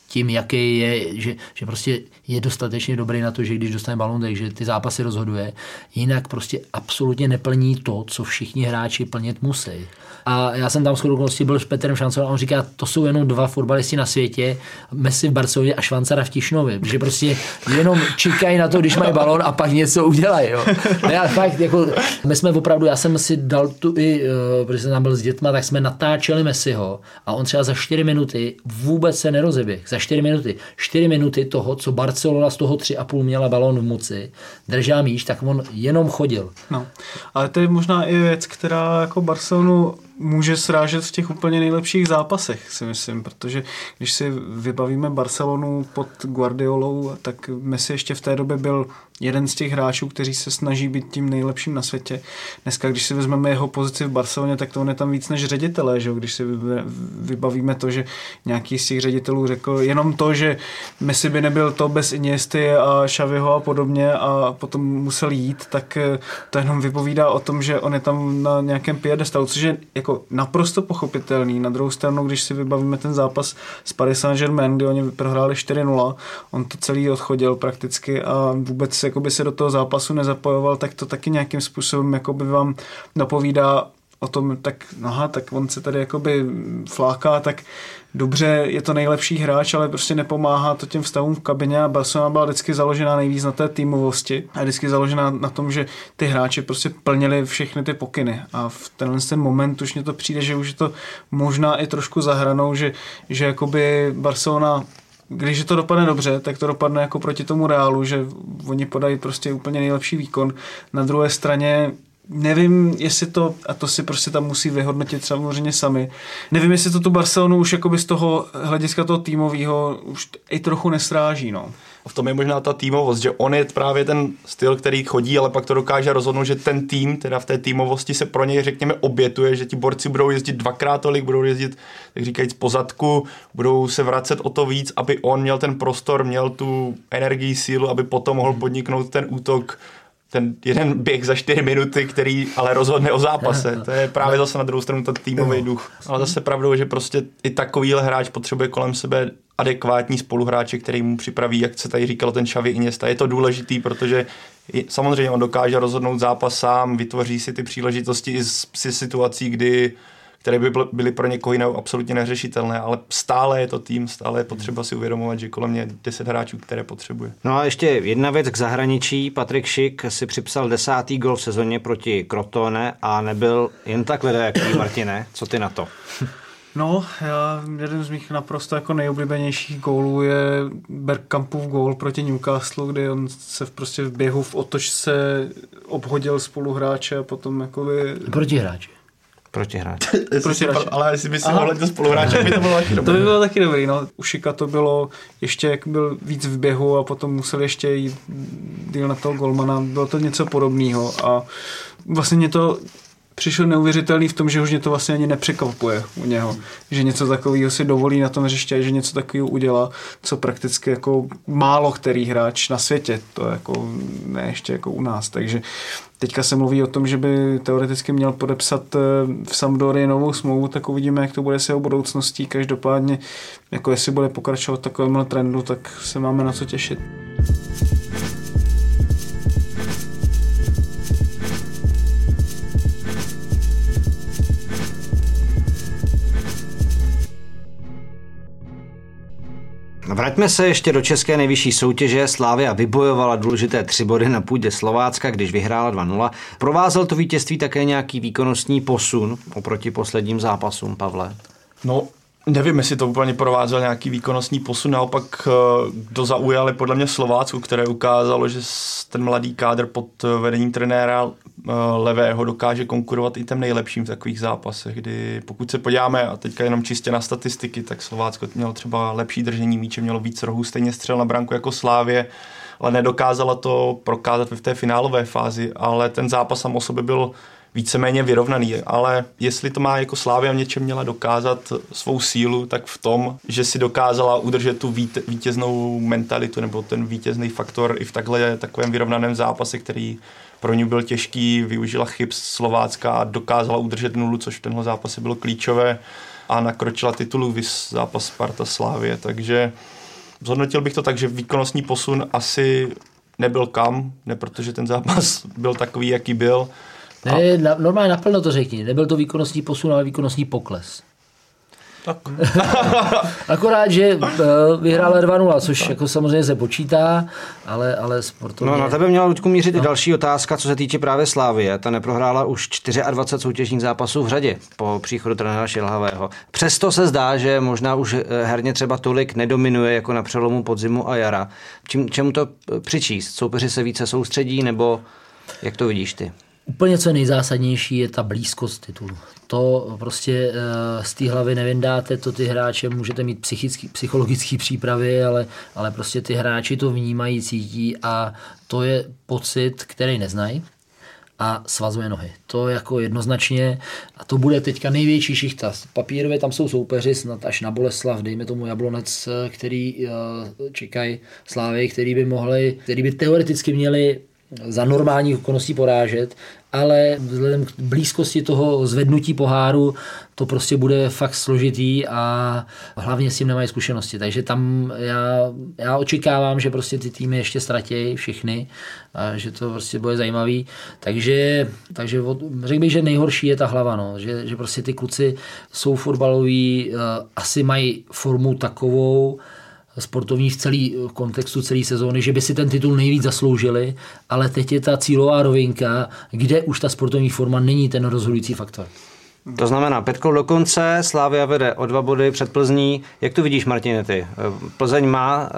tím, jaký je, že prostě je dostatečně dobrý na to, že když dostane balón, takže ty zápasy rozhoduje. Jinak prostě absolutně neplní to, co všichni hráči plnit musí. A já jsem tam shodou okolností byl s Petrem Šancovem a on říká, to jsou jenom 2 fotbalisti na světě, Messi v Barceloně a Švancara v Tišnově, že prostě jenom čekají na to, když mají balón a pak něco udělají. Jo. Já fakt, jako, my jsme opravdu, já jsem si dal tu i, protože jsem tam byl s dětma, tak jsme natáčeli Messiho a on třeba za 4 minuty vůbec se nerozeběh. Za 4 minuty. 4 minuty toho, co Barcelona z toho 3,5 měla balón v moci, držel míč, tak on jenom chodil. No, ale to je možná i věc, která jako Barcelonu může srážet v těch úplně nejlepších zápasech, si myslím, protože když si vybavíme Barcelonu pod Guardiolou, tak Messi ještě v té době byl jeden z těch hráčů, kteří se snaží být tím nejlepším na světě. Dneska, když si vezmeme jeho pozici v Barceloně, tak to on je tam víc než ředitelé, že? Když si vybavíme to, že nějaký z těch ředitelů řekl jenom to, že Messi by nebyl to bez Iniesty a Xaviho a podobně a potom musel jít, tak to jenom vypovídá o tom, že on je tam na nějakém piedestalu, což je jako naprosto pochopitelný. Na druhou stranu, když si vybavíme ten zápas s Paris Saint-Germain, kdy oni prohráli 4-0, on to celý odchodil prakticky a vůbec jakoby se do toho zápasu nezapojoval, tak to taky nějakým způsobem jakoby vám napovídá o tom, tak on se tady jakoby fláká, tak dobře, je to nejlepší hráč, ale prostě nepomáhá to těm vztahům v kabině a Barcelona byla vždycky založená nejvíc na té týmovosti a vždycky založená na tom, že ty hráči prostě plnili všechny ty pokyny a v tenhle ten moment už mně to přijde, že už je to možná i trošku za hranou, že jakoby Barcelona, když to dopadne dobře, tak to dopadne jako proti tomu Reálu, že oni podají prostě úplně nejlepší výkon. Na druhé straně nevím, jestli to, a to si prostě tam musí vyhodnotit samozřejmě sami, nevím, jestli to tu Barcelonu už jakoby z toho hlediska toho týmového už i trochu nesráží, no. V tom je možná ta týmovost, že on je právě ten styl, který chodí, ale pak to dokáže rozhodnout, že ten tým, teda v té týmovosti se pro něj, řekněme, obětuje, že ti borci budou jezdit 2x tolik, budou jezdit, tak říkajíc, po zadku, budou se vracet o to víc, aby on měl ten prostor, měl tu energii, sílu, aby potom mohl podniknout ten útok, ten jeden běh za 4 minuty, který ale rozhodne o zápase. To je právě zase na druhou stranu ten týmový duch. Ale zase pravdou, že prostě i takovýhle hráč potřebuje kolem sebe adekvátní spoluhráče, který mu připraví, jak se tady říkalo, ten Xavi Iniesta. Je to důležitý, protože samozřejmě on dokáže rozhodnout zápas sám, vytvoří si ty příležitosti i z situací, které by byly pro někoho jiného absolutně neřešitelné, ale stále je to tým, stále je potřeba si uvědomovat, že kolem mě 10 hráčů, které potřebuje. No a ještě jedna věc k zahraničí. Patrik Schick si připsal 10. gol v sezóně proti Crotone a nebyl jen tak ledajaký, Martine. Co ty na to? No, jeden z mých naprosto jako nejoblíbenějších gólů je Bergkampův gól proti Newcastle, kdy on se prostě v běhu v otočce obhodil spoluhráče a potom jakoby... Protihráče. Ale jestli by si ohledil spoluhráče, by to bylo taky dobrý. To by bylo taky dobrý, no. U Schicka to bylo ještě, jak byl víc v běhu a potom musel ještě jít díl na toho golmana. Bylo to něco podobného a vlastně mě to přišlo neuvěřitelný v tom, že už mě to vlastně ani nepřekvapuje u něho. Že něco takového si dovolí na tom hřiště a že něco takového udělá, co prakticky jako málo který hráč na světě. To jako ne ještě jako u nás. Takže teďka se mluví o tom, že by teoreticky měl podepsat v Sampdorii novou smlouvu, tak uvidíme, jak to bude s jeho budoucností. Každopádně, jako jestli bude pokračovat takovémhle trendu, tak se máme na co těšit. Vraťme se ještě do české nejvyšší soutěže. Slavia vybojovala důležité 3 body na půdě Slovácka, když vyhrála 2-0. Provázel to vítězství také nějaký výkonnostní posun oproti posledním zápasům, Pavle? No, nevím, jestli to úplně provázel nějaký výkonnostní posun, naopak kdo zaujal je podle mě Slovácku, které ukázalo, že ten mladý kádr pod vedením trenéra Levého dokáže konkurovat i těm nejlepším v takových zápasech, kdy pokud se podíváme a teďka jenom čistě na statistiky, tak Slovácko mělo třeba lepší držení míče, mělo víc rohů, stejně střel na branku jako Slavie, ale nedokázala to prokázat v té finálové fázi, ale ten zápas sám o sobě byl víceméně vyrovnaný, ale jestli to má jako Slavia v něčem měla dokázat svou sílu, tak v tom, že si dokázala udržet tu vítěznou mentalitu nebo ten vítězný faktor i v takovém vyrovnaném zápase, který pro ní byl těžký, využila chyb Slovácka a dokázala udržet 0, což v tenhle zápase bylo klíčové a nakročila titulu zápas Sparta Slavie, takže zhodnotil bych to tak, že výkonnostní posun asi nebyl kam, ne protože ten zápas byl takový, jaký byl. Ne, normálně naplno to řekni. Nebyl to výkonnostní posun, ale výkonnostní pokles. Tak. Akorát, že vyhrála 2-0, což jako samozřejmě se počítá, ale sportovně... No na tebe měla, Luďku, mířit i další otázka, co se týče právě Slavie. Ta neprohrála už 24 soutěžních zápasů v řadě po příchodu trenéra Šilhavého. Přesto se zdá, že možná už herně třeba tolik nedominuje jako na přelomu podzimu a jara. Čemu to přičíst? Soupeři se více soustředí, nebo jak to vidíš ty? Úplně co nejzásadnější je ta blízkost titulu. To prostě z té hlavy nevyndáte, to ty hráče můžete mít psychologické přípravy, ale prostě ty hráči to vnímají, cítí a to je pocit, který neznají a svazuje nohy. To jako jednoznačně a to bude teďka největší šichta. Papírově tam jsou soupeři snad až na Boleslav, dejme tomu Jablonec, který čekají Slávy, který by teoreticky měli za normálních okolností porážet, ale vzhledem k blízkosti toho zvednutí poháru to prostě bude fakt složitý a hlavně s tím nemají zkušenosti. Takže tam já očekávám, že prostě ty týmy ještě ztratějí všechny a že to prostě bude zajímavý. Takže řekl bych, že nejhorší je ta hlava, no. Že prostě ty kluci jsou fotbaloví, asi mají formu takovou, sportovní v kontextu celé sezóny, že by si ten titul nejvíc zasloužili, ale teď je ta cílová rovinka, kde už ta sportovní forma není ten rozhodující faktor. To znamená 5 do konce, Slavia vede o 2 body před Plzní. Jak to vidíš, Martine, ty? Plzeň má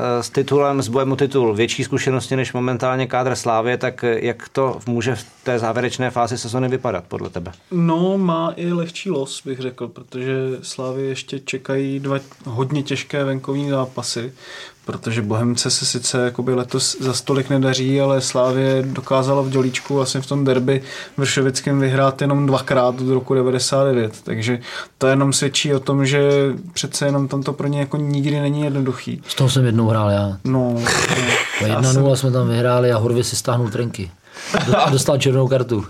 s bojem o titul větší zkušenosti než momentálně kádr Slavie, tak jak to může v té závěrečné fázi sezony vypadat podle tebe? No, má i lehčí los, bych řekl, protože Slavii ještě čekají 2 hodně těžké venkovní zápasy, protože Bohemce se sice jakoby letos za stolik nedaří, ale Slavie dokázala v dělíčku vlastně v tom derby vršovickém vyhrát jenom 2krát od roku 99, takže to jenom svědčí o tom, že přece jenom tam to pro ně jako nikdy není jednoduchý. Z toho jsem jednou hrál já. No. 1-0 jsme tam vyhráli a Horvy si stáhnul trenky. Dostal černou kartu.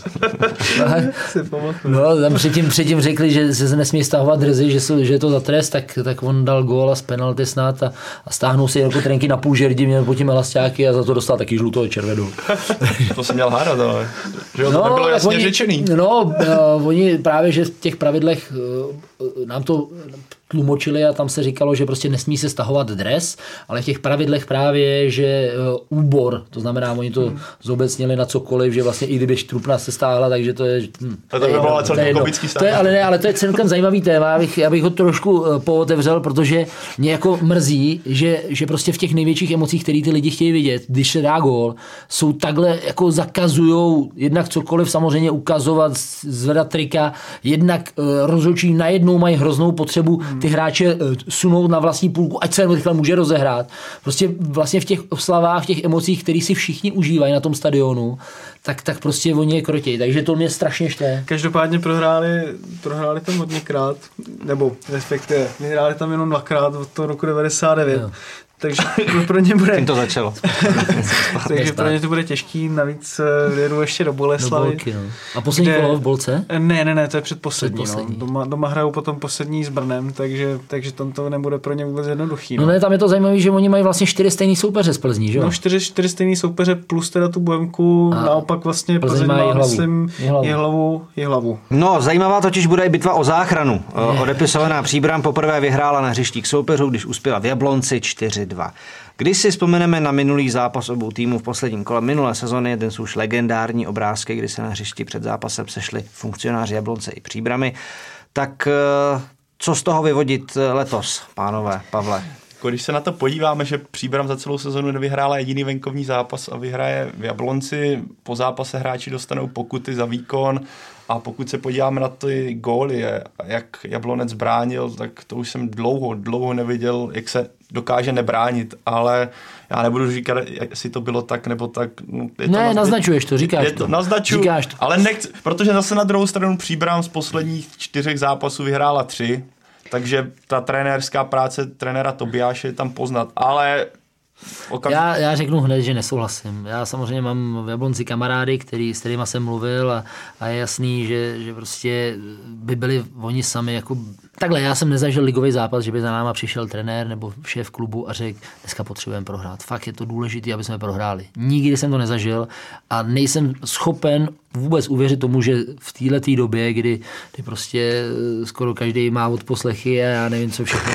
No, tam předtím řekli, že se nesmí stahovat drzy, že je to za trest, tak on dal gól a z penalty snad a stáhnul si jako trenky na půl žerdi, měl pod tím elastáky a za to dostal taky žlutou červenou. To jsem měl hádat, ale že to nebylo jasně řečený. No, oni právě, že v těch pravidlech nám to tlumočili a tam se říkalo, že prostě nesmí se stahovat dres, ale v těch pravidlech právě, že úbor, to znamená, oni to zobecnili na cokoliv, že vlastně i kdyby trupna se stáhla, takže to je... To by bylo celkem komický stát. Ale to je celkem zajímavý téma, abych ho trošku pootevřel, protože mě jako mrzí, že prostě v těch největších emocích, které ty lidi chtějí vidět, když se dá gól, jsou takhle jako zakazujou jednak cokoliv samozřejmě ukazovat, zvedat trika, jednak rozhodčí najednou mají hroznou potřebu ty hráče sunout na vlastní půlku, ať se rychle může rozehrát. Prostě vlastně v těch oslavách, v těch emocích, které si všichni užívají na tom stadionu, tak prostě oni je krotějí. Takže to mě strašně štve. Každopádně prohráli tam hodněkrát, nebo respektive vyhráli tam jenom 2krát od toho roku 99. Jo. Takže pro ně bude... Tím to začalo. Takže pro ně to bude těžký, navíc jedu ještě do Boleslavy. No. A poslední kolo v Bolce? Ne, to je předposlední. No. Doma hrajou potom poslední s Brnem, takže tam to nebude pro ně vůbec jednoduchý. No ne, tam je to zajímavé, že oni mají vlastně 4 stejný soupeře z Plzní, že jo? No 4 stejný soupeře plus teda tu Bohemku, naopak vlastně Plzeň má, myslím, je hlavu. No, zajímavá totiž bude i bitva o záchranu. Odepisovaná Příbram poprvé vyhrála na hřištích soupeřů, když uspěla v Jablonci 4-2. Když si vzpomeneme na minulý zápas obou týmů v posledním kole minulé sezony, jeden jsou už legendární obrázky, kdy se na hřišti před zápasem sešli funkcionáři Jablonce i Příbramy, tak co z toho vyvodit letos, pánové, Pavle? Když se na to podíváme, že Příbram za celou sezonu nevyhrála jediný venkovní zápas a vyhraje v Jablonci, po zápase hráči dostanou pokuty za výkon a pokud se podíváme na ty góly, jak Jablonec bránil, tak to už jsem dlouho neviděl, jak se dokáže nebránit, ale já nebudu říkat, jestli to bylo tak nebo tak. Naznačuješ to, říkáš to. Naznačuju, ale nechci, protože zase na druhou stranu Příbram z posledních 4 zápasů vyhrála 3, takže ta trenérská práce trenéra Tobiáše je tam poznat, ale... Já řeknu hned, že nesouhlasím. Já samozřejmě mám v Jablonci kamarády, s kterýma jsem mluvil a je jasný, že prostě by byli oni sami jako Takhle, já jsem nezažil ligový zápas, že by za náma přišel trenér nebo šéf klubu a řekl, dneska potřebujeme prohrát. Fakt je to důležité, aby jsme prohráli. Nikdy jsem to nezažil a nejsem schopen vůbec uvěřit tomu, že v této době, kdy prostě skoro každý má odposlechy a já nevím co všechno,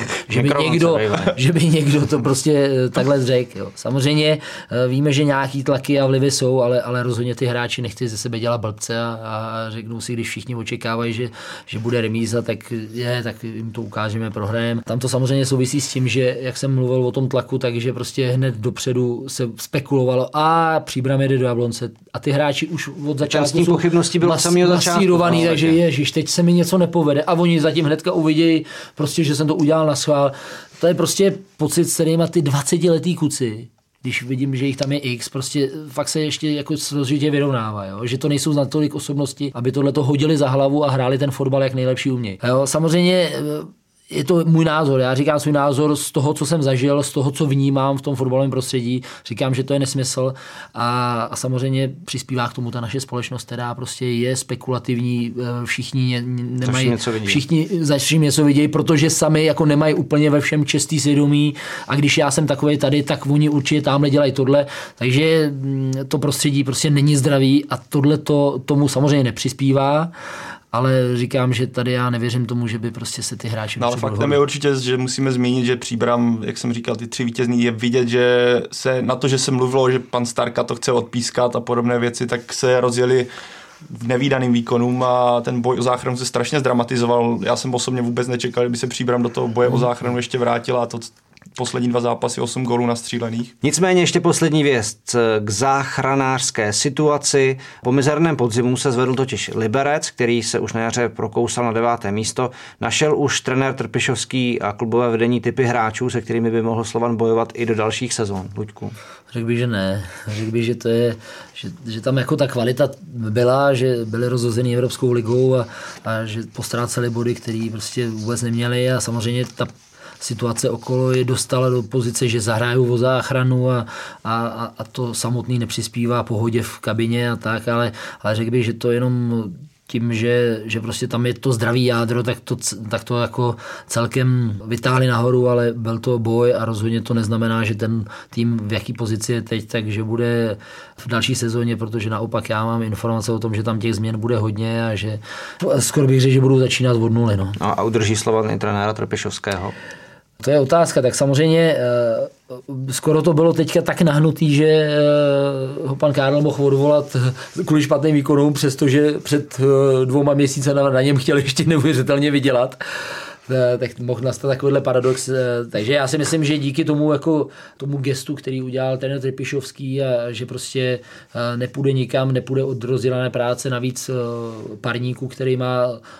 že by někdo to prostě takhle řekl. Jo. Samozřejmě víme, že nějaký tlaky a vlivy jsou, ale rozhodně ty hráči nechci ze sebe dělat blbce a řeknou si, když všichni očekávají, že bude remíza, tak jim to ukážeme, prohrajeme. Tam to samozřejmě souvisí s tím, že jak jsem mluvil o tom tlaku, takže prostě hned dopředu se spekulovalo a Příbram jede do Jablonce a ty hráči už od začátku pochybnosti bylo samého začátku. Takže ježiš, teď se mi něco nepovede a oni zatím hnedka uvidějí prostě, že jsem to udělal na schvál. To je prostě pocit, s kterýma ty 20letý kluci, když vidím, že jich tam je X, prostě fakt se ještě jako složitě vyrovnává, jo? Že to nejsou natolik osobnosti, aby tohleto hodili za hlavu a hráli ten fotbal jak nejlepší umějí. Samozřejmě je to můj názor, já říkám svůj názor z toho, co jsem zažil, z toho, co vnímám v tom fotbalovém prostředí, říkám, že to je nesmysl a samozřejmě přispívá k tomu ta naše společnost, která prostě je spekulativní, všichni nemají, všichni začím něco vidějí, protože sami jako nemají úplně ve všem čestý svědomí a když já jsem takovej tady, tak oni určitě tamhle dělají tohle, takže to prostředí prostě není zdravý a tohle tomu samozřejmě nepřispívá. Ale říkám, že tady já nevěřím tomu, že by prostě se ty hráči... No, ale faktem je určitě, že musíme zmínit, že Příbram, jak jsem říkal, ty 3 vítězný, je vidět, že se na to, že se mluvilo, že pan Starka to chce odpískat a podobné věci, tak se rozjeli v nevídaným výkonům a ten boj o záchranu se strašně zdramatizoval. Já jsem osobně vůbec nečekal, že by se Příbram do toho boje o záchranu ještě vrátila a to poslední 2 zápasy 8 gólů nastřílených. Nicméně ještě poslední věst k záchranářské situaci. Po mizerném podzimu se zvedl totiž Liberec, který se už na jaře prokousal na 9. místo. Našel už trenér Trpišovský a klubové vedení typy hráčů, se kterými by mohl Slovan bojovat i do dalších sezon. Luďku. Řekl bych, že ne. Řekl bych, že to je, že tam jako ta kvalita byla, že byly rozhozený Evropskou ligou a že postráceli body, který prostě vůbec neměli a samozřejmě ta situace okolo je dostala do pozice, že zahrajou o záchranu a to samotný nepřispívá pohodě v kabině a tak, ale řekl bych, že to jenom tím, že prostě tam je to zdravý jádro, tak to jako celkem vytáhli nahoru, ale byl to boj a rozhodně to neznamená, že ten tým v jaký pozici je teď, takže bude v další sezóně, protože naopak já mám informace o tom, že tam těch změn bude hodně a že skoro bych řekl, že budou začínat od nuly. No. A udrží Slovan i trenéra Trpišovského? To je otázka, tak samozřejmě skoro to bylo teďka tak nahnutý, že ho pan Karel mohl odvolat kvůli špatným výkonům, přestože před 2 měsíci na něm chtěl ještě neuvěřitelně vydělat. Tak mohl nastat takovýhle paradox. Takže já si myslím, že díky tomu gestu, který udělal trenér Trpišovský a že prostě nepůjde nikam, nepůjde od rozdělané práce, navíc parníku, který má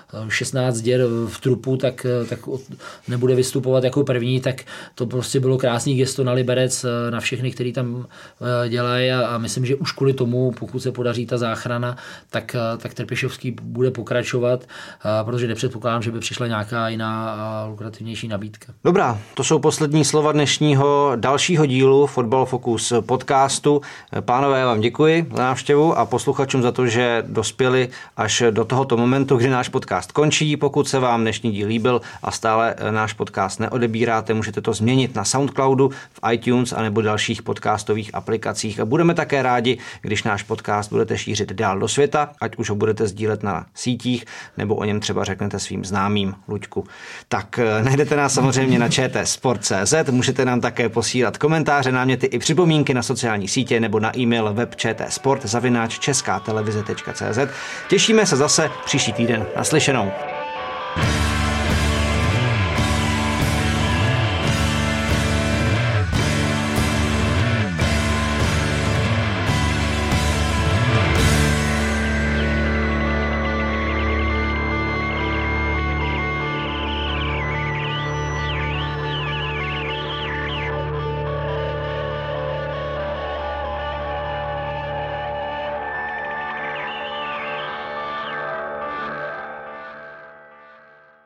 16 děr v trupu, tak nebude vystupovat jako první, tak to prostě bylo krásný gesto na Liberec, na všechny, kteří tam dělají a myslím, že už kvůli tomu, pokud se podaří ta záchrana, tak Trpišovský bude pokračovat, protože nepředpokládám, že by přišla nějaká jiná a lukrativnější nabídka. Dobrá, to jsou poslední slova dnešního dalšího dílu Fotbal Focus podcastu. Pánové, já vám děkuji za návštěvu a posluchačům za to, že dospěli až do tohoto momentu, kdy náš podcast končí. Pokud se vám dnešní díl líbil a stále náš podcast neodebíráte, můžete to změnit na Soundcloudu, v iTunes a nebo dalších podcastových aplikacích. A budeme také rádi, když náš podcast budete šířit dál do světa, ať už ho budete sdílet na sítích, nebo o něm třeba řeknete svým známým. Luďku. Tak najdete nás samozřejmě na čtsport.cz, můžete nám také posílat komentáře, náměty i připomínky na sociální sítě nebo na e-mail web.čtsport@českatelevize.cz. Těšíme se zase příští týden. Naslyšenou.